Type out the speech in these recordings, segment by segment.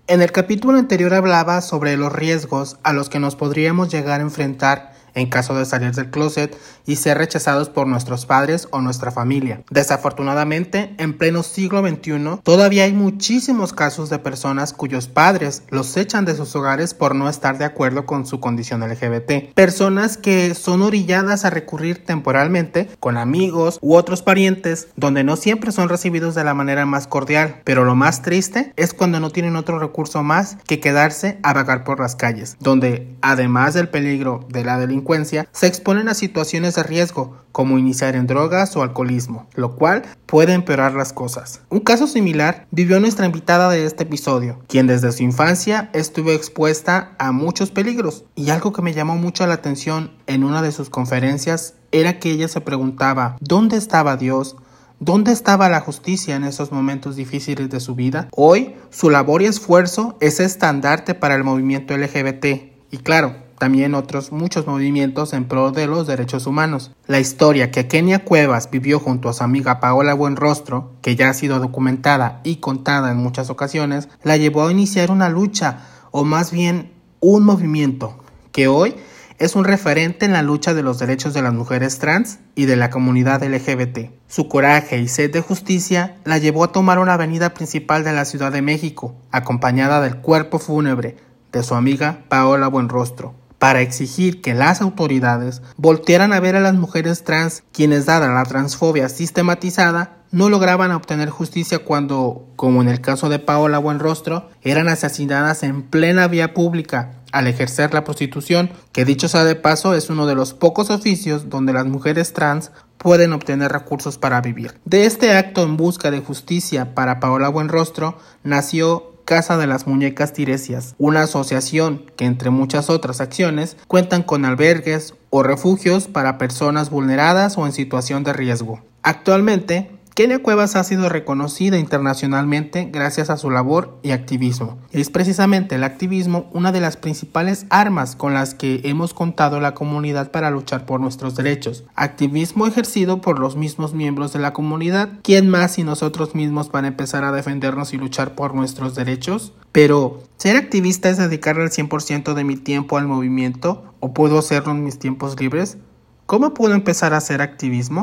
En el capítulo anterior hablaba sobre los riesgos a los que nos podríamos llegar a enfrentar en caso de salir del closet y ser rechazados por nuestros padres o nuestra familia. Desafortunadamente, en pleno siglo XXI, todavía hay muchísimos casos de personas cuyos padres los echan de sus hogares por no estar de acuerdo con su condición LGBT. Personas que son orilladas a recurrir temporalmente con amigos u otros parientes, donde no siempre son recibidos de la manera más cordial. Pero lo más triste es cuando no tienen otro recurso más que quedarse a vagar por las calles, donde, además del peligro de la delincuencia, se exponen a situaciones de riesgo, como iniciar en drogas o alcoholismo, lo cual puede empeorar las cosas. Un caso similar vivió nuestra invitada de este episodio, quien desde su infancia estuvo expuesta a muchos peligros, y algo que me llamó mucho la atención en una de sus conferencias era que ella se preguntaba ¿dónde estaba Dios? ¿Dónde estaba la justicia en esos momentos difíciles de su vida? Hoy, su labor y esfuerzo es estandarte para el movimiento LGBT, y claro, también otros muchos movimientos en pro de los derechos humanos. La historia que Kenia Cuevas vivió junto a su amiga Paola Buenrostro, que ya ha sido documentada y contada en muchas ocasiones, la llevó a iniciar una lucha, o más bien un movimiento, que hoy es un referente en la lucha de los derechos de las mujeres trans y de la comunidad LGBT. Su coraje y sed de justicia la llevó a tomar una avenida principal de la Ciudad de México, acompañada del cuerpo fúnebre de su amiga Paola Buenrostro, para exigir que las autoridades voltearan a ver a las mujeres trans, quienes, dada la transfobia sistematizada, no lograban obtener justicia cuando, como en el caso de Paola Buenrostro, eran asesinadas en plena vía pública al ejercer la prostitución, que dicho sea de paso es uno de los pocos oficios donde las mujeres trans pueden obtener recursos para vivir. De este acto en busca de justicia para Paola Buenrostro nació Casa de las Muñecas Tiresias, una asociación que, entre muchas otras acciones, cuentan con albergues o refugios para personas vulneradas o en situación de riesgo. Actualmente, Kenia Cuevas ha sido reconocida internacionalmente gracias a su labor y activismo. Es precisamente el activismo una de las principales armas con las que hemos contado la comunidad para luchar por nuestros derechos. Activismo ejercido por los mismos miembros de la comunidad. ¿Quién más si nosotros mismos para empezar a defendernos y luchar por nuestros derechos? Pero, ¿ser activista es dedicarle el 100% de mi tiempo al movimiento? ¿O puedo hacerlo en mis tiempos libres? ¿Cómo puedo empezar a hacer activismo?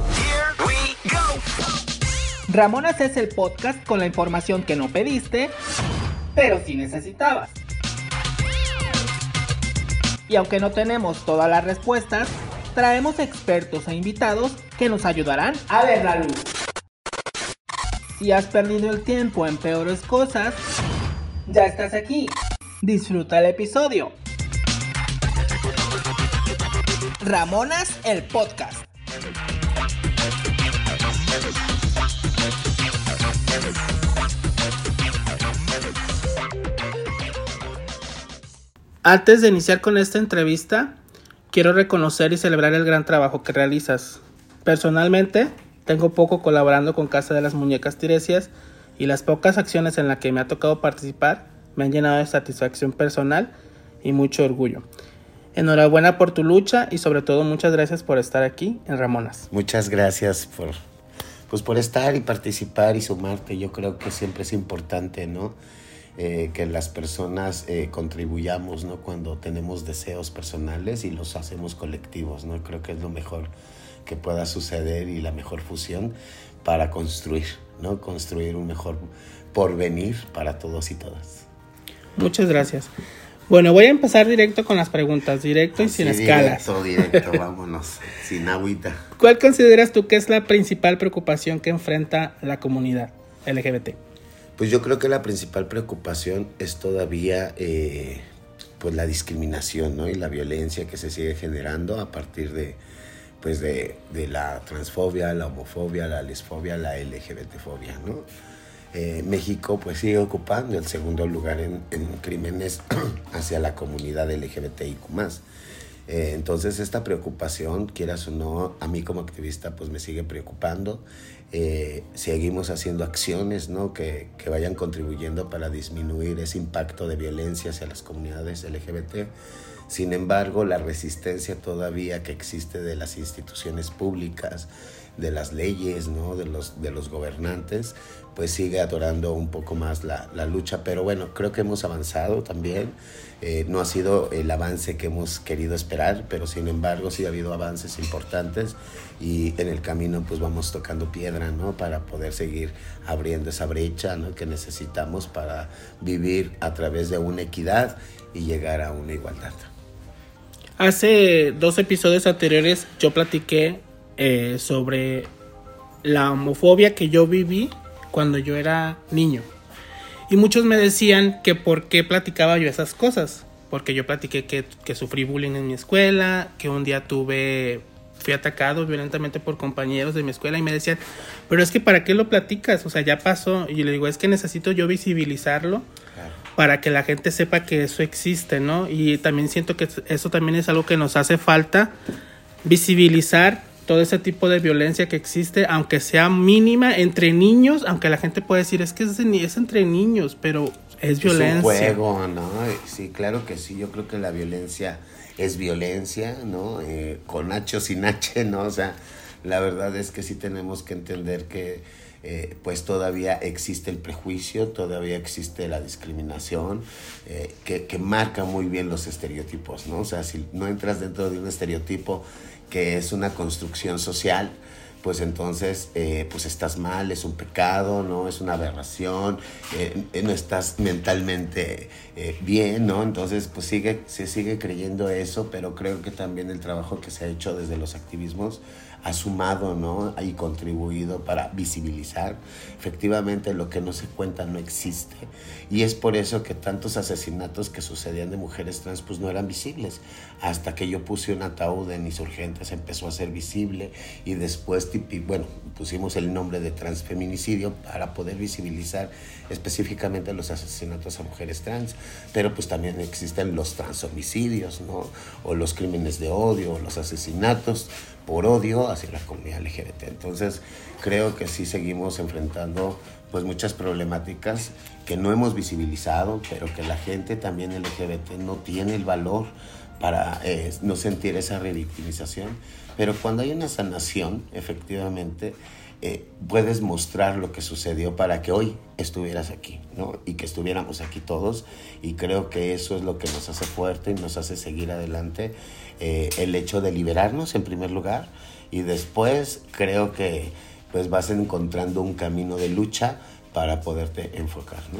Ramonas es el podcast con la información que no pediste, pero sí necesitabas. Y aunque no tenemos todas las respuestas, traemos expertos e invitados que nos ayudarán a ver la luz. Si has perdido el tiempo en peores cosas, ya estás aquí. Disfruta el episodio. Ramonas, el podcast. Antes de iniciar con esta entrevista, quiero reconocer y celebrar el gran trabajo que realizas. Personalmente, tengo poco colaborando con Casa de las Muñecas Tiresias y las pocas acciones en las que me ha tocado participar me han llenado de satisfacción personal y mucho orgullo. Enhorabuena por tu lucha y sobre todo muchas gracias por estar aquí en Ramonas. Muchas gracias por estar y participar y sumarte. Yo creo que siempre es importante, ¿no? Que las personas contribuyamos, ¿no? Cuando tenemos deseos personales y los hacemos colectivos, ¿no? Creo que es lo mejor que pueda suceder y la mejor fusión para construir, ¿no? Construir un mejor porvenir para todos y todas. Muchas gracias. Bueno, voy a empezar directo con las preguntas, directo y sin escalas. Directo, vámonos, sin agüita. ¿Cuál consideras tú que es la principal preocupación que enfrenta la comunidad LGBT? Pues yo creo que la principal preocupación es todavía pues la discriminación, ¿no? Y la violencia que se sigue generando a partir de la transfobia, la homofobia, la lesfobia, la LGBTfobia, ¿no? México pues sigue ocupando el segundo lugar en crímenes hacia la comunidad LGBTIQ+. Entonces esta preocupación, quieras o no, a mí como activista pues me sigue preocupando. seguimos haciendo acciones, ¿no? que vayan contribuyendo para disminuir ese impacto de violencia hacia las comunidades LGBT. Sin embargo, la resistencia todavía que existe de las instituciones públicas, de las leyes, ¿no? de los gobernantes, pues sigue atorando un poco más la lucha. Pero bueno, creo que hemos avanzado también. No ha sido el avance que hemos querido esperar, pero sin embargo sí ha habido avances importantes y en el camino pues vamos tocando piedra, ¿no? Para poder seguir abriendo esa brecha, ¿no? Que necesitamos para vivir a través de una equidad y llegar a una igualdad. Hace 2 episodios anteriores yo platiqué sobre la homofobia que yo viví cuando yo era niño. Y muchos me decían que por qué platicaba yo esas cosas. Porque yo platiqué que sufrí bullying en mi escuela, que un día fui atacado violentamente por compañeros de mi escuela y me decían, pero es que ¿para qué lo platicas? O sea, ya pasó. Y yo le digo, es que necesito yo visibilizarlo. Claro. Para que la gente sepa que eso existe, ¿no? Y también siento que eso también es algo que nos hace falta, visibilizar todo ese tipo de violencia que existe, aunque sea mínima, entre niños, aunque la gente puede decir, es que es entre niños, pero es violencia. Es un juego, ¿no? Sí, claro que sí, yo creo que la violencia es violencia, ¿no? Con H o sin H, ¿no? O sea, la verdad es que sí tenemos que entender que pues todavía existe el prejuicio, todavía existe la discriminación, que marca muy bien los estereotipos, ¿no? O sea, si no entras dentro de un estereotipo que es una construcción social, pues entonces pues estás mal, es un pecado, ¿no? Es una aberración, no estás mentalmente bien, ¿no? Entonces pues se sigue creyendo eso, pero creo que también el trabajo que se ha hecho desde los activismos ha sumado, ¿no? Y contribuido para visibilizar. Efectivamente, lo que no se cuenta no existe. Y es por eso que tantos asesinatos que sucedían de mujeres trans, pues no eran visibles. Hasta que yo puse un ataúd en Insurgentes, empezó a ser visible. Y después, bueno, pusimos el nombre de transfeminicidio para poder visibilizar específicamente los asesinatos a mujeres trans. Pero pues también existen los transhomicidios, ¿no? O los crímenes de odio, o los asesinatos por odio hacia la comunidad LGBT. Entonces creo que sí seguimos enfrentando pues muchas problemáticas que no hemos visibilizado, pero que la gente también LGBT no tiene el valor para no sentir esa revictimización. Pero cuando hay una sanación, efectivamente, puedes mostrar lo que sucedió para que hoy estuvieras aquí, ¿no? Y que estuviéramos aquí todos, y creo que eso es lo que nos hace fuerte y nos hace seguir adelante, el hecho de liberarnos en primer lugar, y después creo que pues vas encontrando un camino de lucha para poderte enfocar, ¿no?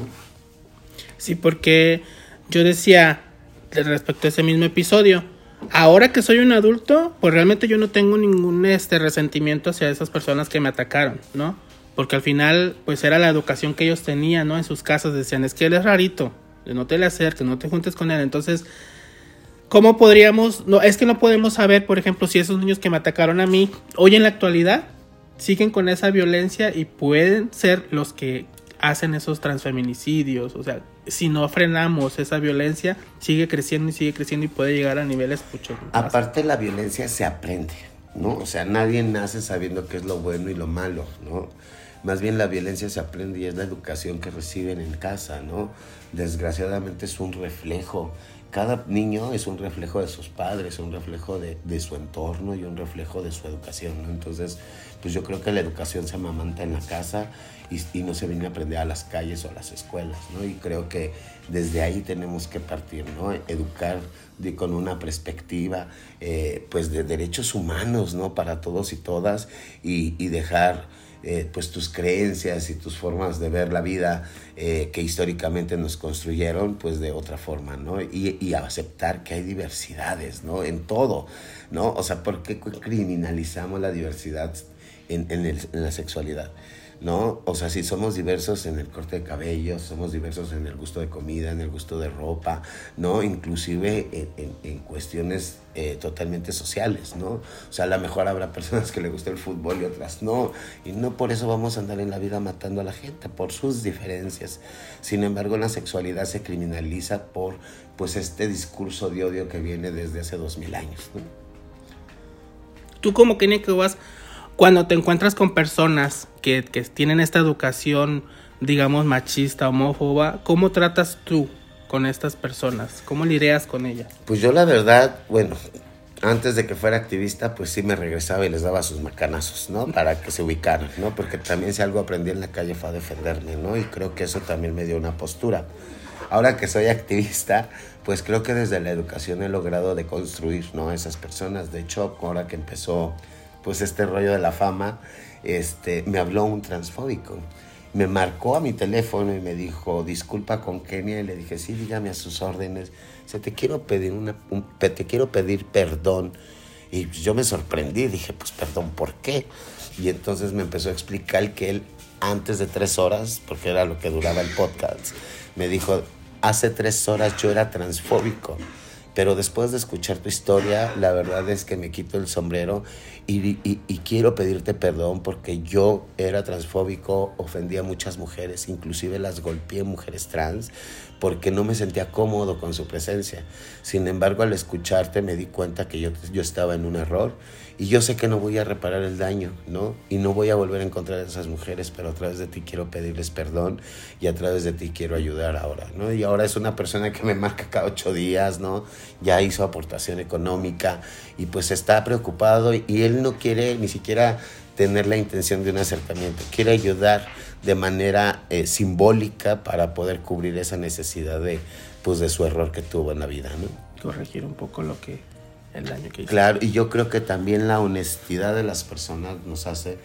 Sí, porque yo decía respecto a ese mismo episodio, ahora que soy un adulto, pues realmente yo no tengo ningún resentimiento hacia esas personas que me atacaron, ¿no? Porque al final, pues era la educación que ellos tenían, ¿no? En sus casas decían, es que él es rarito, no te le acerques, no te juntes con él. Entonces, ¿cómo podríamos? No, es que no podemos saber, por ejemplo, si esos niños que me atacaron a mí, hoy en la actualidad, siguen con esa violencia y pueden ser los que hacen esos transfeminicidios. O sea, si no frenamos esa violencia, sigue creciendo y puede llegar a niveles mucho más. Aparte, la violencia se aprende, ¿no? O sea, nadie nace sabiendo qué es lo bueno y lo malo, ¿no? Más bien la violencia se aprende y es la educación que reciben en casa, ¿no? Desgraciadamente es un reflejo. Cada niño es un reflejo de sus padres, un reflejo de su entorno y un reflejo de su educación, ¿no? Entonces, pues yo creo que la educación se amamanta en la casa y no se viene a aprender a las calles o a las escuelas, ¿no? Y creo que desde ahí tenemos que partir, ¿no? Educar con una perspectiva, pues de derechos humanos, ¿no? Para todos y todas, y dejar pues tus creencias y tus formas de ver la vida que históricamente nos construyeron, pues de otra forma, ¿no? Y aceptar que hay diversidades, ¿no? En todo, ¿no? O sea, ¿por qué criminalizamos la diversidad en la sexualidad? ¿No? O sea, si somos diversos en el corte de cabello, somos diversos en el gusto de comida, en el gusto de ropa, ¿no? Inclusive en cuestiones totalmente sociales, ¿no? O sea, a lo mejor habrá personas que les gusta el fútbol y otras no, y no por eso vamos a andar en la vida matando a la gente, por sus diferencias. Sin embargo, la sexualidad se criminaliza por, pues, este discurso de odio que viene desde hace 2000 años, ¿no? Tú como Kenia que vas, Cuando te encuentras con personas que tienen esta educación, digamos, machista, homófoba, ¿cómo tratas tú con estas personas? ¿Cómo lidias con ellas? Pues yo la verdad, bueno, antes de que fuera activista, pues sí me regresaba y les daba sus macanazos, ¿no? Para que se ubicaran, ¿no? Porque también si algo aprendí en la calle fue a defenderme, ¿no? Y creo que eso también me dio una postura. Ahora que soy activista, pues creo que desde la educación he logrado deconstruir, ¿no? Esas personas. De hecho, ahora que empezó pues este rollo de la fama, me habló un transfóbico. Me marcó a mi teléfono y me dijo, disculpa con Kenia, y le dije, sí, dígame a sus órdenes. Te quiero pedir perdón. Y yo me sorprendí, dije, pues perdón, ¿por qué? Y entonces me empezó a explicar que él, antes de 3 horas, porque era lo que duraba el podcast, me dijo, hace 3 horas yo era transfóbico, pero después de escuchar tu historia, la verdad es que me quito el sombrero y quiero pedirte perdón porque yo era transfóbico, ofendía a muchas mujeres, inclusive las golpeé, mujeres trans, porque no me sentía cómodo con su presencia. Sin embargo, al escucharte me di cuenta que yo estaba en un error y yo sé que no voy a reparar el daño, ¿no? Y no voy a volver a encontrar a esas mujeres, pero a través de ti quiero pedirles perdón y a través de ti quiero ayudar ahora, ¿no? Y ahora es una persona que me marca cada 8 días, ¿no? Ya hizo aportación económica y pues está preocupado y él no quiere ni siquiera tener la intención de un acercamiento, quiere ayudar de manera simbólica para poder cubrir esa necesidad de su error que tuvo en la vida, ¿no? Corregir un poco el daño que hizo. Claro, y yo creo que también la honestidad de las personas nos hace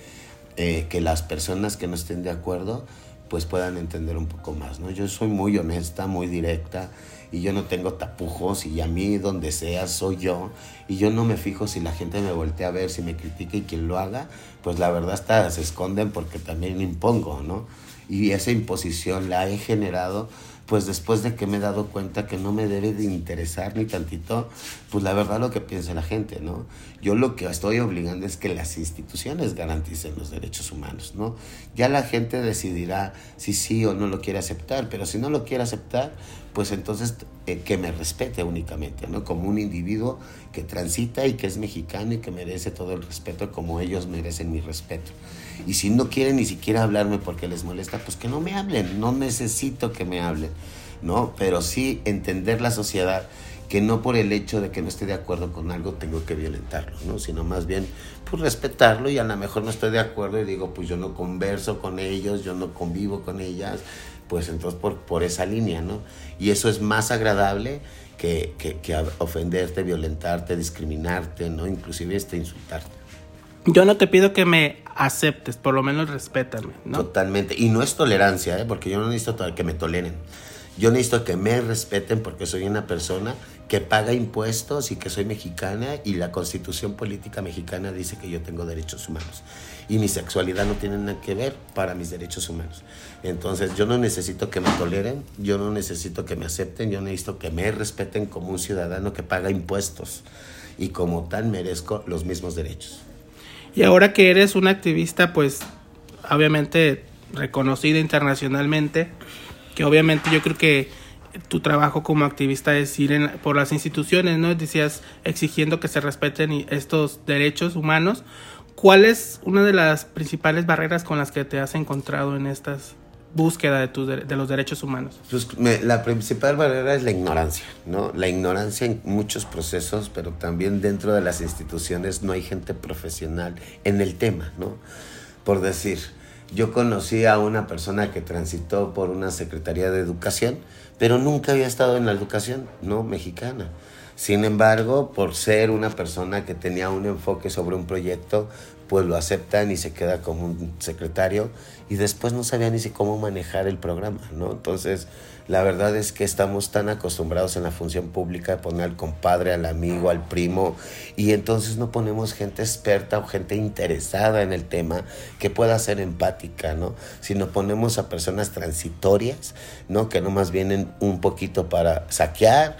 que las personas que no estén de acuerdo pues puedan entender un poco más, ¿no? Yo soy muy honesta, muy directa y yo no tengo tapujos y a mí donde sea soy yo y yo no me fijo si la gente me voltea a ver, si me critica y quien lo haga, pues la verdad hasta se esconden porque también impongo, ¿no? Y esa imposición la he generado pues después de que me he dado cuenta que no me debe de interesar ni tantito, pues la verdad lo que piensa la gente, ¿no? Yo lo que estoy obligando es que las instituciones garanticen los derechos humanos, ¿no? Ya la gente decidirá si sí o no lo quiere aceptar, pero si no lo quiere aceptar, pues entonces que me respete únicamente, ¿no? Como un individuo que transita y que es mexicano y que merece todo el respeto como ellos merecen mi respeto. Y si no quieren ni siquiera hablarme porque les molesta, pues que no me hablen, no necesito que me hablen, ¿no? Pero sí entender la sociedad, que no por el hecho de que no esté de acuerdo con algo tengo que violentarlo, ¿no? Sino más bien, pues respetarlo y a lo mejor no estoy de acuerdo y digo, pues yo no converso con ellos, yo no convivo con ellas, pues entonces por esa línea, ¿no? Y eso es más agradable que ofenderte, violentarte, discriminarte, ¿no? Inclusive insultarte. Yo no te pido que me aceptes, por lo menos respétame, ¿no? Totalmente. Y no es tolerancia, porque yo no necesito que me toleren. Yo necesito que me respeten porque soy una persona que paga impuestos y que soy mexicana y la Constitución Política Mexicana dice que yo tengo derechos humanos. Y mi sexualidad no tiene nada que ver para mis derechos humanos. Entonces yo no necesito que me toleren, yo no necesito que me acepten, yo necesito que me respeten como un ciudadano que paga impuestos y como tal merezco los mismos derechos. Y ahora que eres una activista, pues obviamente reconocida internacionalmente, que obviamente yo creo que tu trabajo como activista es ir por las instituciones, ¿no? Decías, exigiendo que se respeten estos derechos humanos. ¿Cuál es una de las principales barreras con las que te has encontrado en estas búsqueda de los derechos humanos? Pues la principal barrera es la ignorancia, ¿no? La ignorancia en muchos procesos, pero también dentro de las instituciones no hay gente profesional en el tema, ¿no? Por decir, yo conocí a una persona que transitó por una Secretaría de Educación, pero nunca había estado en la educación, ¿no? Mexicana. Sin embargo, por ser una persona que tenía un enfoque sobre un proyecto, pues lo aceptan y se queda como un secretario y después no sabía ni si cómo manejar el programa, ¿no? Entonces, la verdad es que estamos tan acostumbrados en la función pública a poner al compadre, al amigo, al primo y entonces no ponemos gente experta o gente interesada en el tema que pueda ser empática, ¿no? Sino ponemos a personas transitorias, ¿no? Que nomás vienen un poquito para saquear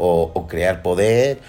o crear poder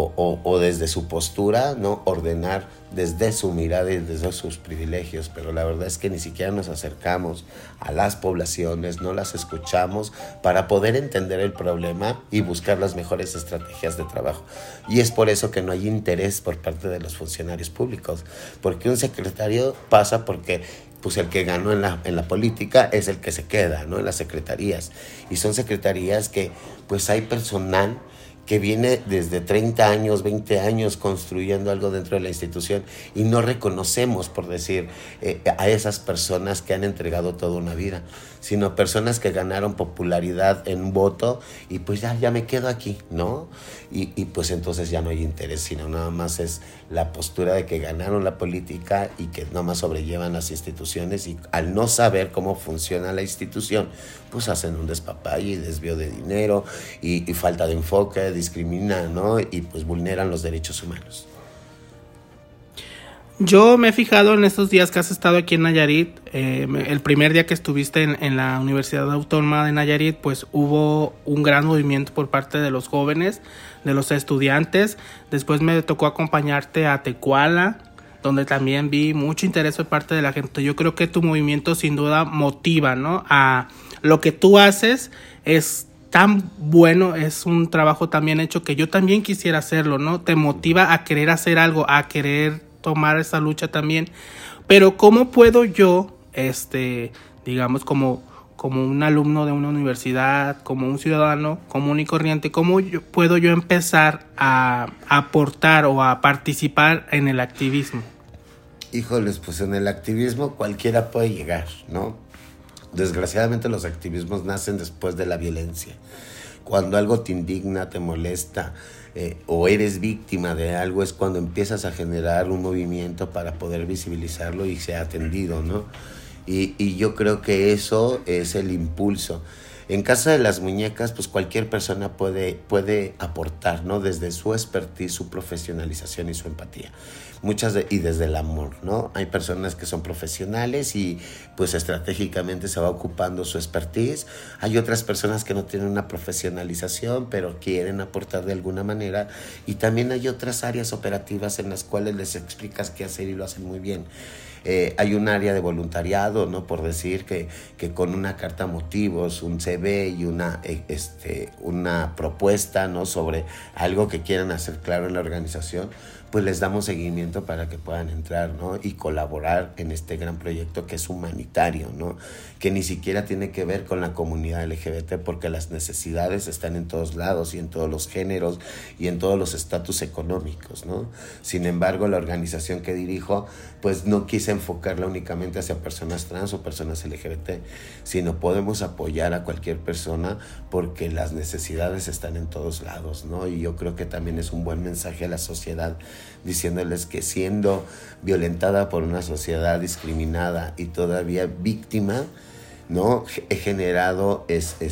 o desde su postura, ¿no? Ordenar desde su mirada y desde sus privilegios, pero la verdad es que ni siquiera nos acercamos a las poblaciones, no las escuchamos para poder entender el problema y buscar las mejores estrategias de trabajo. Y es por eso que no hay interés por parte de los funcionarios públicos, porque un secretario pasa porque pues el que ganó en la política es el que se queda, ¿no? En las secretarías. Y son secretarías que pues hay personal que viene desde 30 años, 20 años construyendo algo dentro de la institución y no reconocemos, por decir, a esas personas que han entregado toda una vida, sino personas que ganaron popularidad en voto y pues ya me quedo aquí, ¿no? Y pues entonces ya no hay interés, sino nada más es la postura de que ganaron la política y que nada más sobrellevan las instituciones y al no saber cómo funciona la institución, pues hacen un despapalle y desvío de dinero y falta de enfoque, discriminan, ¿no? Y pues vulneran los derechos humanos. Yo me he fijado en estos días que has estado aquí en Nayarit, el primer día que estuviste en la Universidad Autónoma de Nayarit, pues hubo un gran movimiento por parte de los jóvenes, de los estudiantes. Después me tocó acompañarte a Tecuala, donde también vi mucho interés por parte de la gente. Yo creo que tu movimiento sin duda motiva, ¿no? A lo que tú haces es tan bueno, es un trabajo tan bien hecho que yo también quisiera hacerlo, ¿no? Te motiva a querer hacer algo, a querer tomar esa lucha también. Pero ¿cómo puedo yo, digamos, como un alumno de una universidad, como un ciudadano común y corriente, puedo yo empezar a aportar o a participar en el activismo? Híjoles, pues en el activismo cualquiera puede llegar, ¿no? Desgraciadamente los activismos nacen después de la violencia. Cuando algo te indigna, te molesta, o eres víctima de algo, es cuando empiezas a generar un movimiento para poder visibilizarlo y ser atendido, ¿no? Y yo creo que eso es el impulso. En Casa de las Muñecas, pues cualquier persona puede aportar, ¿no? Desde su expertise, su profesionalización y su empatía. Y desde el amor, ¿no? Hay personas que son profesionales y pues estratégicamente se va ocupando su expertise. Hay otras personas que no tienen una profesionalización, pero quieren aportar de alguna manera. Y también hay otras áreas operativas en las cuales les explicas qué hacer y lo hacen muy bien. Hay un área de voluntariado, ¿no? Por decir que con una carta motivos, un CV y una propuesta, ¿no? Sobre algo que quieran hacer claro en la organización, pues les damos seguimiento para que puedan entrar, ¿no? Y colaborar en este gran proyecto que es humanitario, ¿no? Que ni siquiera tiene que ver con la comunidad LGBT, porque las necesidades están en todos lados y en todos los géneros y en todos los estatus económicos, ¿no? Sin embargo, la organización que dirijo, pues no quise enfocarla únicamente hacia personas trans o personas LGBT, sino podemos apoyar a cualquier persona porque las necesidades están en todos lados, ¿no? Y yo creo que también es un buen mensaje a la sociedad, diciéndoles que siendo violentada por una sociedad discriminada y todavía víctima, ¿no? He generado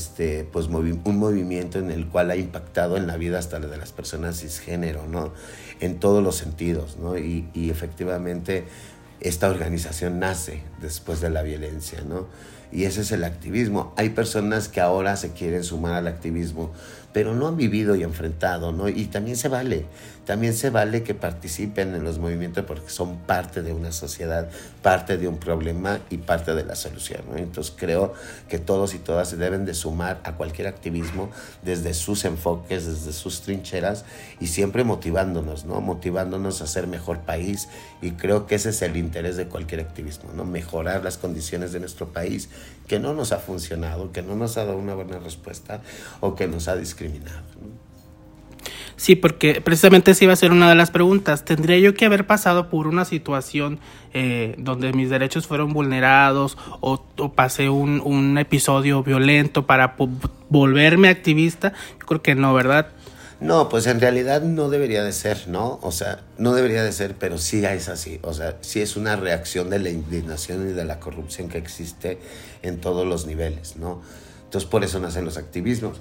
un movimiento en el cual ha impactado en la vida hasta de las personas cisgénero, ¿no? En todos los sentidos, ¿no? Y efectivamente esta organización nace después de la violencia, ¿no? Y ese es el activismo. Hay personas que ahora se quieren sumar al activismo, pero no han vivido y enfrentado, ¿no? Y también se vale que participen en los movimientos porque son parte de una sociedad, parte de un problema y parte de la solución, ¿no? Entonces creo que todos y todas se deben de sumar a cualquier activismo desde sus enfoques, desde sus trincheras y siempre motivándonos, ¿no? Motivándonos a ser mejor país, y creo que ese es el interés de cualquier activismo, ¿no? Mejorar las condiciones de nuestro país, que no nos ha funcionado, que no nos ha dado una buena respuesta o que nos ha discriminado, ¿no? Sí, porque precisamente esa iba a ser una de las preguntas. ¿Tendría yo que haber pasado por una situación donde mis derechos fueron vulnerados o pasé un episodio violento para volverme activista? Yo creo que no, ¿verdad? No, pues en realidad no debería de ser, ¿no? O sea, no debería de ser, pero sí es así. O sea, sí es una reacción de la indignación y de la corrupción que existe en todos los niveles, ¿no? Entonces, por eso nacen los activismos.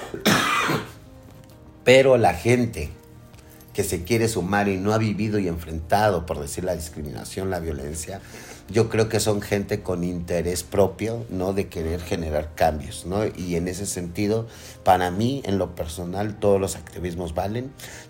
Pero la gente que se quiere sumar y no ha vivido y enfrentado, por decir, la discriminación, la violencia, yo creo que son gente con interés propio, ¿no? De querer generar cambios, ¿no? Y en ese sentido, para mí, en lo personal, todos los activismos valen,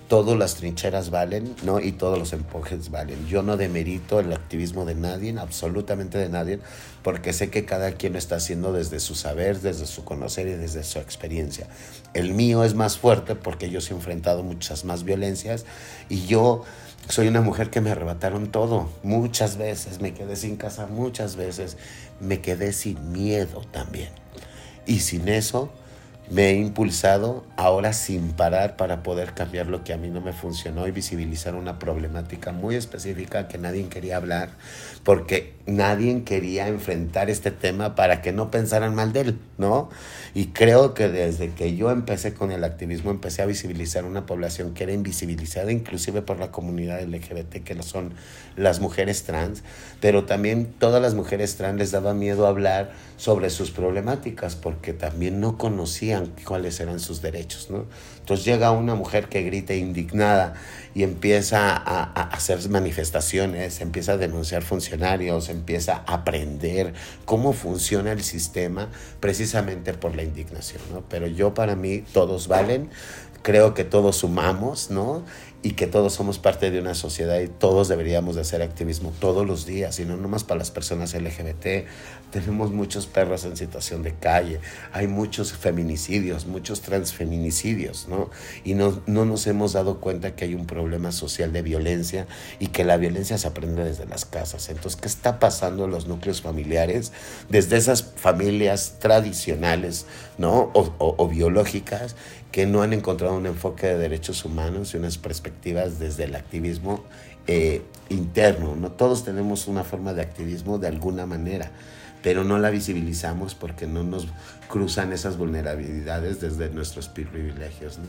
todas las trincheras valen, ¿no? Y todos los empujes valen. Yo no demerito el activismo de nadie, absolutamente de nadie, porque sé que cada quien lo está haciendo desde su saber, desde su conocer y desde su experiencia. El mío es más fuerte porque yo sí he enfrentado muchas más violencias y yo soy una mujer que me arrebataron todo, muchas veces, me quedé sin casa muchas veces, me quedé sin miedo también. Y sin eso me he impulsado ahora sin parar para poder cambiar lo que a mí no me funcionó y visibilizar una problemática muy específica que nadie quería hablar porque nadie quería enfrentar este tema para que no pensaran mal de él, ¿no? Y creo que desde que yo empecé con el activismo empecé a visibilizar una población que era invisibilizada inclusive por la comunidad LGBT, que no son las mujeres trans, pero también todas las mujeres trans les daba miedo hablar sobre sus problemáticas porque también no conocían cuáles eran sus derechos, ¿no? Entonces llega una mujer que grita indignada y empieza a hacer manifestaciones, empieza a denunciar funcionarios, empieza a aprender cómo funciona el sistema precisamente por la indignación, ¿no? Pero yo, para mí, todos valen, creo que todos sumamos, ¿no? Y que todos somos parte de una sociedad y todos deberíamos de hacer activismo todos los días y no nomás para las personas LGBT. Tenemos muchos perros en situación de calle, hay muchos feminicidios, muchos transfeminicidios, ¿no? Y no nos hemos dado cuenta que hay un problema social de violencia y que la violencia se aprende desde las casas. Entonces, ¿qué está pasando en los núcleos familiares? Desde esas familias tradicionales, ¿no? O biológicas, que no han encontrado un enfoque de derechos humanos y unas perspectivas desde el activismo interno, ¿no? Todos tenemos una forma de activismo de alguna manera, pero no la visibilizamos porque no nos cruzan esas vulnerabilidades desde nuestros privilegios,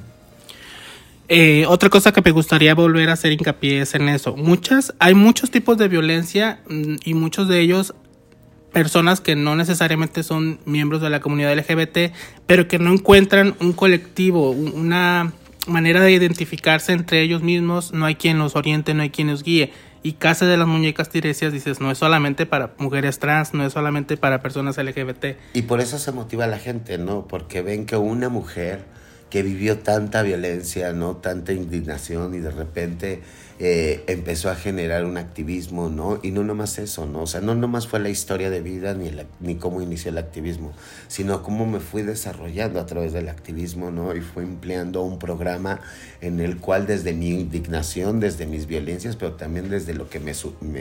¿no? Otra cosa que me gustaría volver a hacer hincapié es en eso. Hay muchos tipos de violencia y muchos de ellos personas que no necesariamente son miembros de la comunidad LGBT, pero que no encuentran un colectivo, una manera de identificarse entre ellos mismos. No hay quien los oriente, no hay quien los guíe. Y Casa de las Muñecas Tiresias, dices, no es solamente para mujeres trans, no es solamente para personas LGBT. Y por eso se motiva a la gente, ¿no? Porque ven que una mujer que vivió tanta violencia, ¿no? Tanta indignación y de repente empezó a generar un activismo, ¿no? Y no nomás eso, ¿no? O sea, no nomás fue la historia de vida ni cómo inicié el activismo, sino cómo me fui desarrollando a través del activismo, ¿no? Y fui empleando un programa en el cual desde mi indignación, desde mis violencias, pero también desde lo que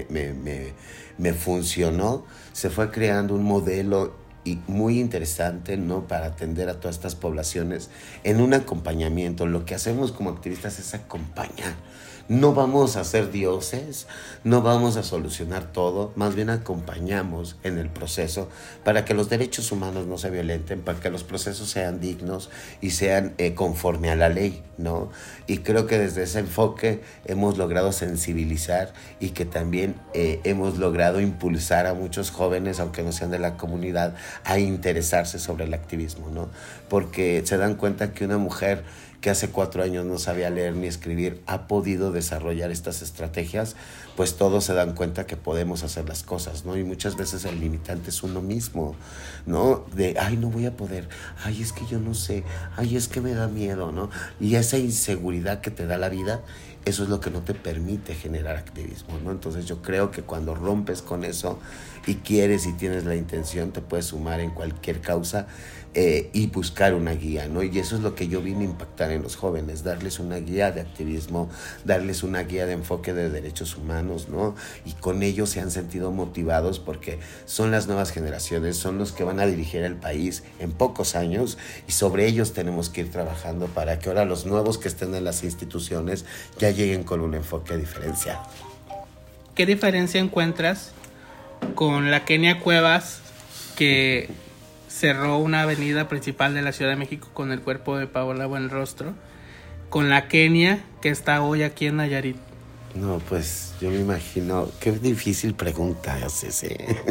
me funcionó, se fue creando un modelo y muy interesante, ¿no? Para atender a todas estas poblaciones en un acompañamiento. Lo que hacemos como activistas es acompañar. No vamos a ser dioses, no vamos a solucionar todo, más bien acompañamos en el proceso para que los derechos humanos no se violenten, para que los procesos sean dignos y sean conforme a la ley, ¿no? Y creo que desde ese enfoque hemos logrado sensibilizar y que también hemos logrado impulsar a muchos jóvenes, aunque no sean de la comunidad, a interesarse sobre el activismo, ¿no? Porque se dan cuenta que una mujer que hace 4 años no sabía leer ni escribir, ha podido desarrollar estas estrategias, pues todos se dan cuenta que podemos hacer las cosas, ¿no? Y muchas veces el limitante es uno mismo, ¿no? De, ay, no voy a poder, ay, es que yo no sé, ay, es que me da miedo, ¿no? Y esa inseguridad que te da la vida, eso es lo que no te permite generar activismo, ¿no? Entonces yo creo que cuando rompes con eso y quieres y tienes la intención, te puedes sumar en cualquier causa y buscar una guía, ¿no? Y eso es lo que yo vine a impactar en los jóvenes, darles una guía de activismo, darles una guía de enfoque de derechos humanos, ¿no? Y con ellos se han sentido motivados porque son las nuevas generaciones, son los que van a dirigir el país en pocos años y sobre ellos tenemos que ir trabajando para que ahora los nuevos que estén en las instituciones ya lleguen con un enfoque diferenciado. ¿Qué diferencia encuentras con la Kenia Cuevas, que cerró una avenida principal de la Ciudad de México con el cuerpo de Paola Buenrostro, con la Kenia que está hoy aquí en Nayarit? No, pues yo me imagino, qué difícil pregunta haces,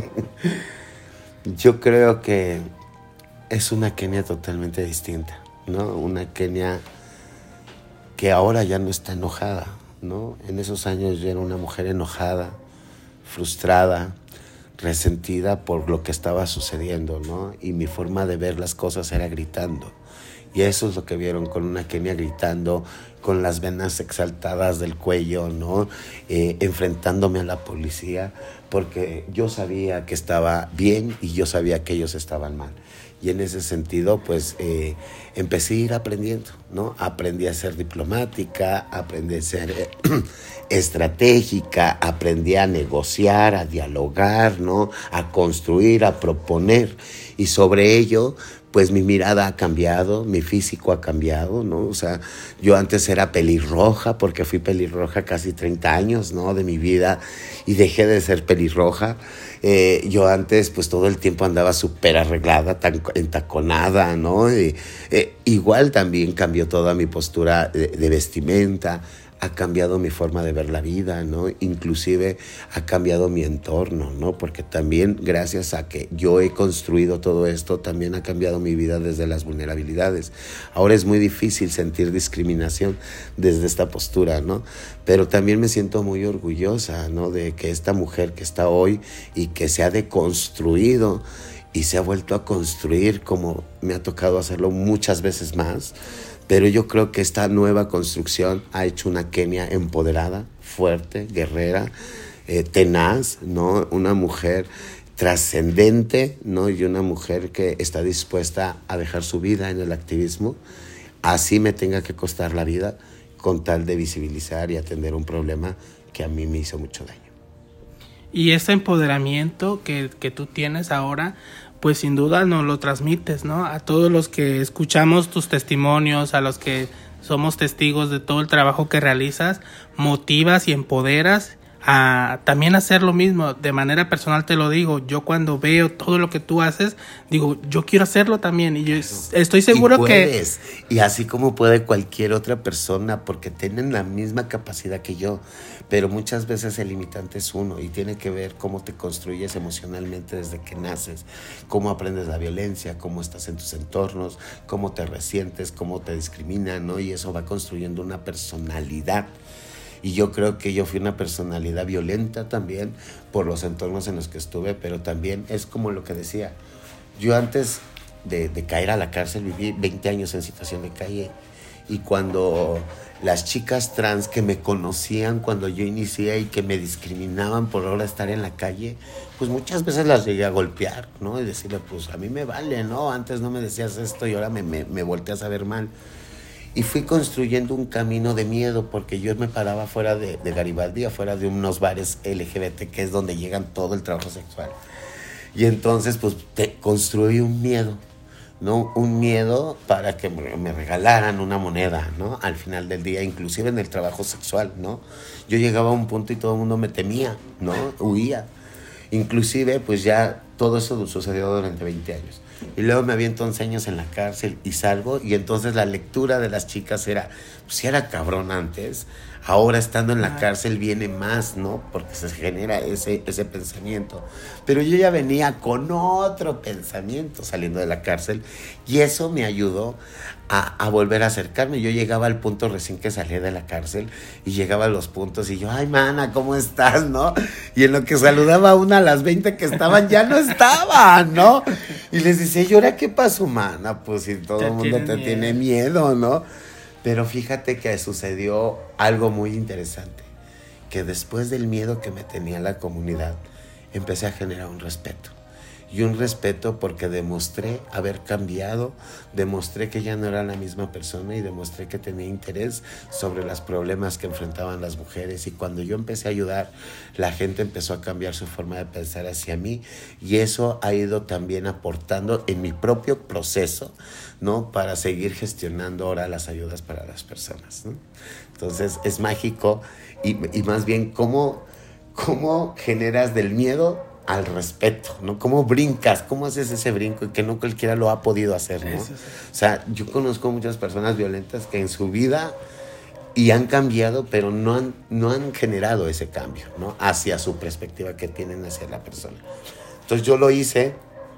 Yo creo que es una Kenia totalmente distinta, ¿no? Una Kenia que ahora ya no está enojada, ¿no? En esos años yo era una mujer enojada, frustrada, resentida por lo que estaba sucediendo, ¿no? Y mi forma de ver las cosas era gritando. Y eso es lo que vieron, con una Kenia gritando, con las venas exaltadas del cuello, ¿no? Enfrentándome a la policía, porque yo sabía que estaba bien y yo sabía que ellos estaban mal. Y en ese sentido, pues, empecé a ir aprendiendo, ¿no? Aprendí a ser diplomática, aprendí a ser estratégica, aprendí a negociar, a dialogar, ¿no? A construir, a proponer. Y sobre ello, pues mi mirada ha cambiado, mi físico ha cambiado, ¿no? O sea, yo antes era pelirroja, porque fui pelirroja casi 30 años, ¿no? De mi vida, y dejé de ser pelirroja. Yo antes, pues todo el tiempo andaba súper arreglada, entaconada, ¿no? Igual también cambió toda mi postura de vestimenta, ha cambiado mi forma de ver la vida, ¿no? Inclusive ha cambiado mi entorno, ¿no? Porque también gracias a que yo he construido todo esto, también ha cambiado mi vida desde las vulnerabilidades. Ahora es muy difícil sentir discriminación desde esta postura, ¿no? Pero también me siento muy orgullosa, ¿no? De que esta mujer que está hoy y que se ha deconstruido y se ha vuelto a construir como me ha tocado hacerlo muchas veces más. Pero yo creo que esta nueva construcción ha hecho una Kenia empoderada, fuerte, guerrera, tenaz, ¿no? Una mujer trascendente, ¿no? Y una mujer que está dispuesta a dejar su vida en el activismo, así me tenga que costar la vida, con tal de visibilizar y atender un problema que a mí me hizo mucho daño. Y ese empoderamiento que tú tienes ahora, pues sin duda nos lo transmites, ¿no? A todos los que escuchamos tus testimonios, a los que somos testigos de todo el trabajo que realizas, motivas y empoderas a también hacer lo mismo. De manera personal te lo digo, yo cuando veo todo lo que tú haces, digo, yo quiero hacerlo también, y yo estoy seguro que... Y así como puede cualquier otra persona, porque tienen la misma capacidad que yo, pero muchas veces el limitante es uno, y tiene que ver cómo te construyes emocionalmente desde que naces, cómo aprendes la violencia, cómo estás en tus entornos, cómo te resientes, cómo te discriminan, ¿no? Y eso va construyendo una personalidad. Y yo creo que yo fui una personalidad violenta también por los entornos en los que estuve, pero también es como lo que decía. Yo antes de caer a la cárcel viví 20 años en situación de calle, y cuando las chicas trans que me conocían cuando yo inicié y que me discriminaban por ahora estar en la calle, pues muchas veces las llegué a golpear, ¿no? Y decirle, pues a mí me vale, ¿no? Antes no me decías esto y ahora me volteas a ver mal. Y fui construyendo un camino de miedo, porque yo me paraba fuera de Garibaldi, afuera de unos bares LGBT, que es donde llegan todo el trabajo sexual. Y entonces, pues, construí un miedo, ¿no? Un miedo para que me regalaran una moneda, ¿no? Al final del día, inclusive en el trabajo sexual, ¿no? Yo llegaba a un punto y todo el mundo me temía, ¿no? Huía. Inclusive, pues ya todo eso sucedió durante 20 años. Y luego me aviento 11 años en la cárcel y salgo, y entonces la lectura de las chicas era, pues si era cabrón antes, ahora estando en la cárcel viene más, ¿no? Porque se genera ese pensamiento. Pero yo ya venía con otro pensamiento saliendo de la cárcel, y eso me ayudó a volver a acercarme. Yo llegaba al punto recién que salí de la cárcel, y llegaba a los puntos y yo, ay, mana, ¿cómo estás, no? Y en lo que saludaba a una, a las 20 que estaban ya no estaban, ¿no? Y les decía, ¿y ahora qué pasó, mana? Pues si todo el mundo te tiene miedo, ¿no? Pero fíjate que sucedió algo muy interesante, que después del miedo que me tenía la comunidad, empecé a generar un respeto. Y un respeto porque demostré haber cambiado, demostré que ya no era la misma persona, y demostré que tenía interés sobre los problemas que enfrentaban las mujeres. Y cuando yo empecé a ayudar, la gente empezó a cambiar su forma de pensar hacia mí, y eso ha ido también aportando en mi propio proceso, ¿no? Para seguir gestionando ahora las ayudas para las personas, ¿no? Entonces es mágico, y más bien cómo generas del miedo al respeto, ¿no? ¿Cómo brincas? ¿Cómo haces ese brinco? Y que no cualquiera lo ha podido hacer, ¿no? Sí. O sea, yo conozco muchas personas violentas que en su vida y han cambiado, pero no han generado ese cambio, ¿no? Hacia su perspectiva que tienen hacia la persona. Entonces yo lo hice,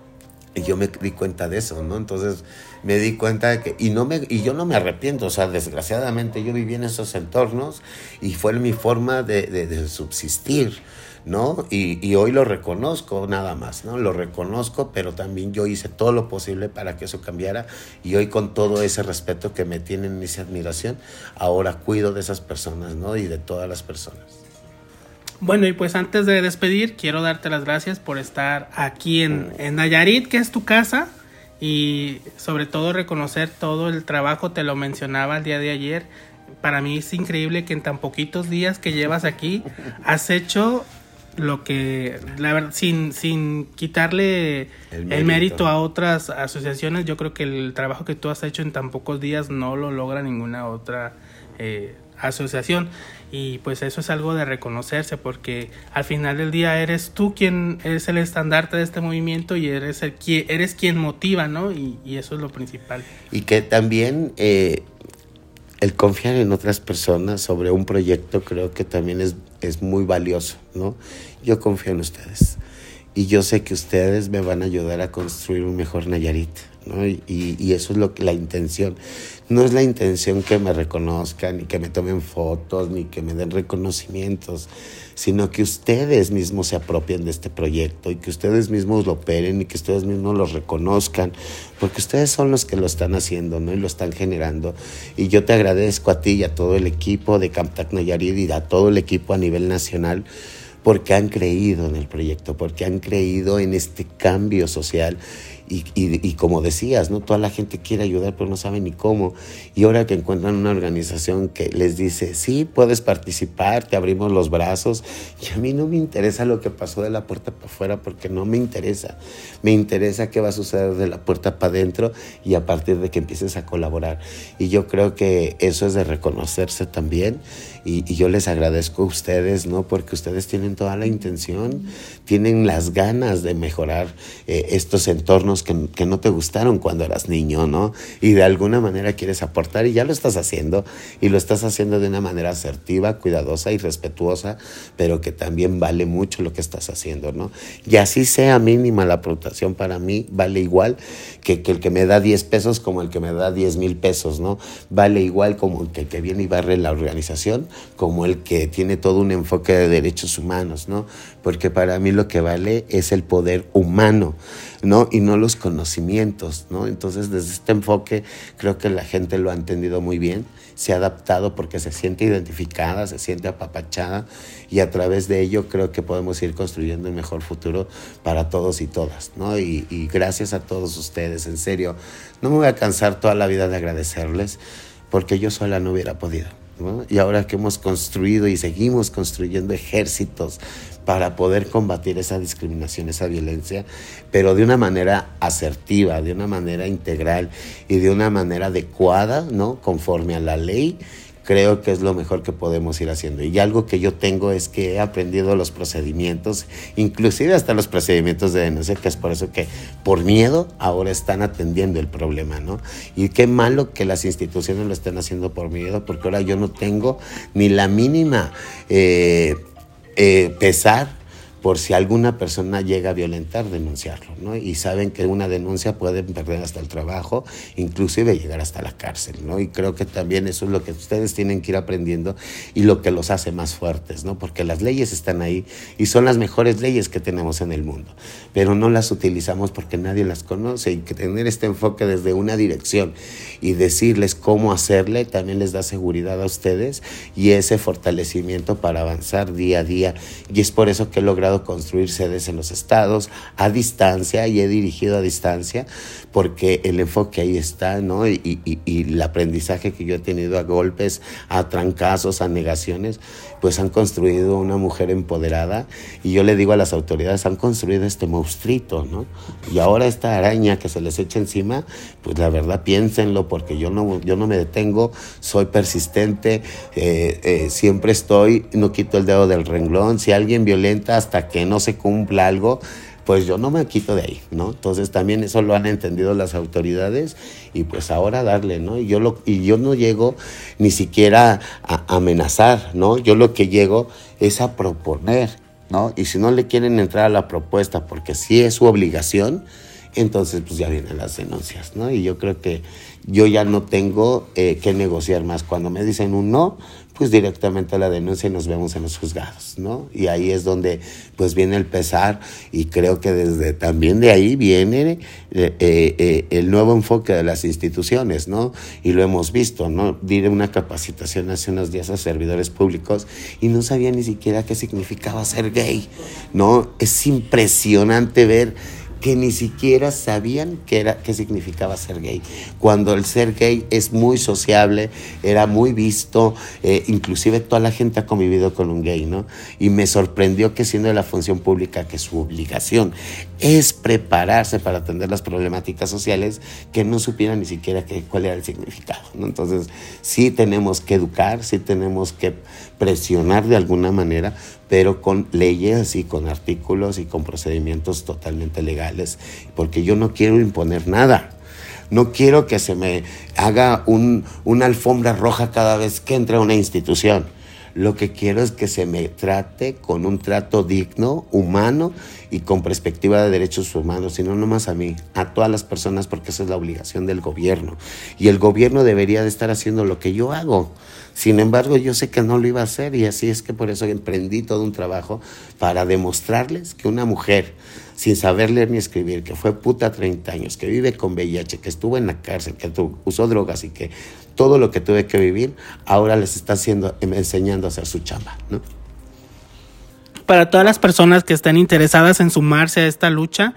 y yo me di cuenta de eso, ¿no? Entonces me di cuenta de que... Y yo no me arrepiento, o sea, desgraciadamente yo viví en esos entornos, y fue mi forma de subsistir, ¿no? Y hoy lo reconozco nada más, ¿no? Lo reconozco, pero también yo hice todo lo posible para que eso cambiara, y hoy, con todo ese respeto que me tienen y esa admiración, ahora cuido de esas personas, ¿no? Y de todas las personas. Bueno, y pues antes de despedir, quiero darte las gracias por estar aquí en Nayarit, que es tu casa, y sobre todo reconocer todo el trabajo. Te lo mencionaba el día de ayer. Para mí es increíble que en tan poquitos días que llevas aquí has hecho lo que, la verdad, sin quitarle el mérito a otras asociaciones, yo creo que el trabajo que tú has hecho en tan pocos días no lo logra ninguna otra asociación, y pues eso es algo de reconocerse, porque al final del día eres tú quien es el estandarte de este movimiento, y eres quien motiva, ¿no? Y eso es lo principal. Y que también el confiar en otras personas sobre un proyecto, creo que también es muy valioso, ¿no? Yo confío en ustedes, y yo sé que ustedes me van a ayudar a construir un mejor Nayarit, ¿no? Y eso es la intención. No es la intención que me reconozcan, ni que me tomen fotos, ni que me den reconocimientos, sino que ustedes mismos se apropien de este proyecto, y que ustedes mismos lo operen, y que ustedes mismos lo reconozcan, porque ustedes son los que lo están haciendo, ¿no? Y lo están generando. Y yo te agradezco a ti y a todo el equipo de Camtac Nayarit, y a todo el equipo a nivel nacional, porque han creído en el proyecto, porque han creído en este cambio social. Y como decías, ¿no? Toda la gente quiere ayudar, pero no sabe ni cómo. Y ahora que encuentran una organización que les dice, sí, puedes participar, te abrimos los brazos. Y a mí no me interesa lo que pasó de la puerta para afuera, porque no me interesa. Me interesa qué va a suceder de la puerta para adentro, y a partir de que empieces a colaborar. Y yo creo que eso es de reconocerse también. Y yo les agradezco a ustedes, ¿no? Porque ustedes tienen toda la intención, tienen las ganas de mejorar estos entornos que no te gustaron cuando eras niño, ¿no? Y de alguna manera quieres aportar, y ya lo estás haciendo, y lo estás haciendo de una manera asertiva, cuidadosa y respetuosa, pero que también vale mucho lo que estás haciendo, ¿no? Y así sea mínima la aportación, para mí vale igual que el que me da 10 pesos como el que me da 10,000 pesos, ¿no? Vale igual como el que viene y barre la organización, como el que tiene todo un enfoque de derechos humanos, ¿no? Porque para mí lo que vale es el poder humano, ¿no? Y no los conocimientos, ¿no? Entonces, desde este enfoque, creo que la gente lo ha entendido muy bien, se ha adaptado porque se siente identificada, se siente apapachada, y a través de ello creo que podemos ir construyendo un mejor futuro para todos y todas, ¿no? Y gracias a todos ustedes, en serio, no me voy a cansar toda la vida de agradecerles, porque yo sola no hubiera podido, ¿no? Y ahora que hemos construido y seguimos construyendo ejércitos para poder combatir esa discriminación, esa violencia, pero de una manera asertiva, de una manera integral y de una manera adecuada, ¿no? Conforme a la ley, creo que es lo mejor que podemos ir haciendo. Y algo que yo tengo es que he aprendido los procedimientos, inclusive hasta los procedimientos de denuncia, que es por eso que por miedo ahora están atendiendo el problema, ¿no? Y qué malo que las instituciones lo estén haciendo por miedo, porque ahora yo no tengo ni la mínima pesar por si alguna persona llega a violentar, denunciarlo, ¿no? Y saben que una denuncia puede perder hasta el trabajo, inclusive llegar hasta la cárcel, ¿no? Y creo que también eso es lo que ustedes tienen que ir aprendiendo, y lo que los hace más fuertes, ¿no? Porque las leyes están ahí, y son las mejores leyes que tenemos en el mundo, pero no las utilizamos porque nadie las conoce, y que tener este enfoque desde una dirección y decirles cómo hacerle también les da seguridad a ustedes y ese fortalecimiento para avanzar día a día. Y es por eso que he logrado construir sedes en los estados a distancia, y he dirigido a distancia, porque el enfoque ahí está, ¿no? Y el aprendizaje que yo he tenido a golpes, a trancazos, a negaciones, pues han construido una mujer empoderada. Y yo le digo a las autoridades, han construido este monstruito, ¿no? Y ahora esta araña que se les echa encima, pues la verdad piénsenlo, porque yo no me detengo, soy persistente, siempre estoy, no quito el dedo del renglón. Si alguien violenta hasta que no se cumpla algo, pues yo no me quito de ahí, ¿no? Entonces también eso lo han entendido las autoridades, y pues ahora darle, ¿no? Y yo no llego ni siquiera a amenazar, ¿no? Yo lo que llego es a proponer, ¿no? Y si no le quieren entrar a la propuesta porque sí es su obligación, entonces pues ya vienen las denuncias, ¿no? Y yo creo que yo ya no tengo que negociar más. Cuando me dicen un no, pues directamente a la denuncia y nos vemos en los juzgados, ¿no? Y ahí es donde pues viene el pesar, y creo que desde también de ahí viene el nuevo enfoque de las instituciones, ¿no? Y lo hemos visto, ¿no? Di una capacitación hace unos días a servidores públicos y no sabía ni siquiera qué significaba ser gay, ¿no? Es impresionante ver que ni siquiera sabían qué significaba ser gay, cuando el ser gay es muy sociable, era muy visto, inclusive toda la gente ha convivido con un gay, ¿no? Y me sorprendió que, siendo de la función pública, que su obligación es prepararse para atender las problemáticas sociales, que no supieran ni siquiera cuál era el significado, ¿no? Entonces sí tenemos que educar, sí tenemos que presionar de alguna manera, pero con leyes y con artículos y con procedimientos totalmente legales, porque yo no quiero imponer nada. No quiero que se me haga una alfombra roja cada vez que entre a una institución. Lo que quiero es que se me trate con un trato digno, humano y con perspectiva de derechos humanos, y no nomás a mí, a todas las personas, porque esa es la obligación del gobierno. Y el gobierno debería de estar haciendo lo que yo hago. Sin embargo, yo sé que no lo iba a hacer, y así es que por eso emprendí todo un trabajo para demostrarles que una mujer sin saber leer ni escribir, que fue puta 30 años, que vive con VIH, que estuvo en la cárcel, que usó drogas y que todo lo que tuve que vivir, ahora les está enseñando a hacer su chamba, ¿no? Para todas las personas que estén interesadas en sumarse a esta lucha,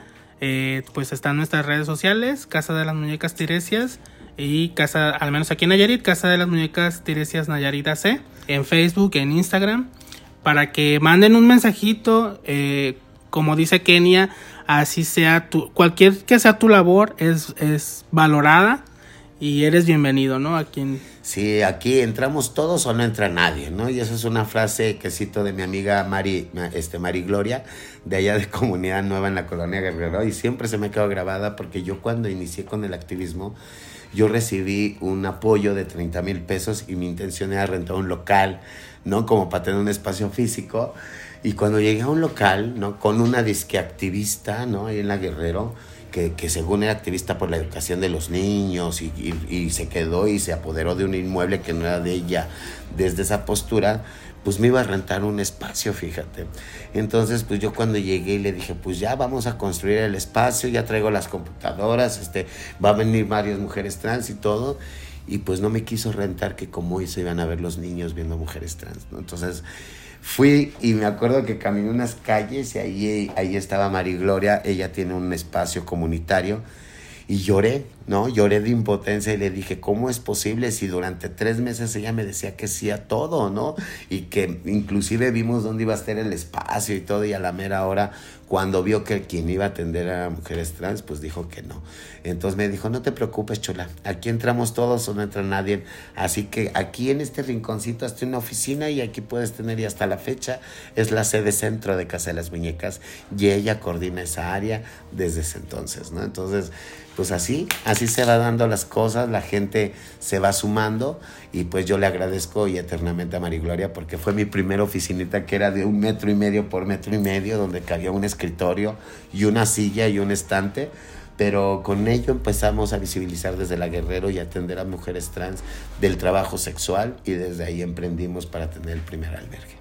pues están nuestras redes sociales, Casa de las Muñecas Tiresias, y Casa, al menos aquí en Nayarit, Casa de las Muñecas Tiresias Nayarit AC, en Facebook, en Instagram, para que manden un mensajito, como dice Kenia, así sea cualquier que sea tu labor es valorada y eres bienvenido, ¿no? Sí, aquí entramos todos o no entra nadie, ¿no? Y esa es una frase que cito de mi amiga Mari Gloria, de allá de Comunidad Nueva en la Colonia Guerrero, y siempre se me quedó grabada, porque yo, cuando inicié con el activismo, yo recibí un apoyo de 30,000 pesos y mi intención era rentar un local, ¿no? Como para tener un espacio físico. Y cuando llegué a un local, ¿no? Con una disque activista, ¿no? Ahí en la Guerrero, que según era activista por la educación de los niños, y se quedó y se apoderó de un inmueble que no era de ella, desde esa postura, pues me iba a rentar un espacio, fíjate. Entonces, pues yo cuando llegué le dije, pues ya vamos a construir el espacio, ya traigo las computadoras, va a venir varias mujeres trans y todo, y pues no me quiso rentar, que como se iban a ver los niños viendo mujeres trans, ¿no? Entonces fui, y me acuerdo que caminé unas calles y ahí estaba Mari Gloria, ella tiene un espacio comunitario, y lloré, ¿no? Lloré de impotencia y le dije, ¿cómo es posible si durante 3 meses ella me decía que sí a todo, ¿no? Y que inclusive vimos dónde iba a estar el espacio y todo, y a la mera hora, cuando vio que quien iba a atender a mujeres trans, pues dijo que no. Entonces me dijo, no te preocupes, Chola, aquí entramos todos o no entra nadie, así que aquí en este rinconcito está una oficina, y aquí puedes tener, y hasta la fecha es la sede centro de Casa de las Muñecas, y ella coordina esa área desde ese entonces, ¿no? Entonces, pues así se va dando las cosas, la gente se va sumando, y pues yo le agradezco y eternamente a Mari Gloria, porque fue mi primera oficinita, que era de 1,5 metros por 1,5 metros, donde cabía un escritorio y una silla y un estante, pero con ello empezamos a visibilizar desde la Guerrero y atender a mujeres trans del trabajo sexual, y desde ahí emprendimos para tener el primer albergue.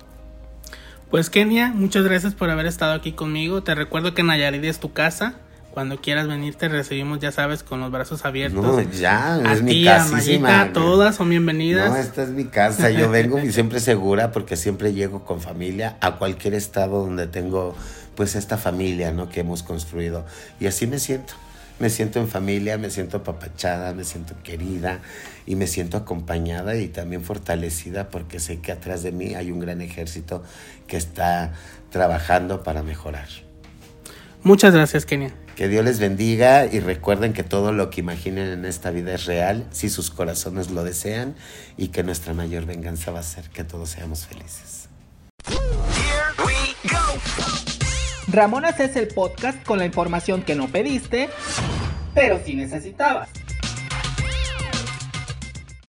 Pues Kenia, muchas gracias por haber estado aquí conmigo. Te recuerdo que Nayarit es tu casa. Cuando quieras venir te recibimos, ya sabes, con los brazos abiertos. No, ya, a es ti, mi casísima. A Mayita, todas son bienvenidas. No, esta es mi casa, yo vengo y siempre segura, porque siempre llego con familia a cualquier estado donde tengo pues esta familia, ¿no? Que hemos construido, y así me siento en familia, me siento apapachada, me siento querida, y me siento acompañada y también fortalecida, porque sé que atrás de mí hay un gran ejército que está trabajando para mejorar. Muchas gracias, Kenia. Que Dios les bendiga, y recuerden que todo lo que imaginen en esta vida es real, si sus corazones lo desean, y que nuestra mayor venganza va a ser que todos seamos felices. Ramonas es el podcast con la información que no pediste, pero sí necesitabas.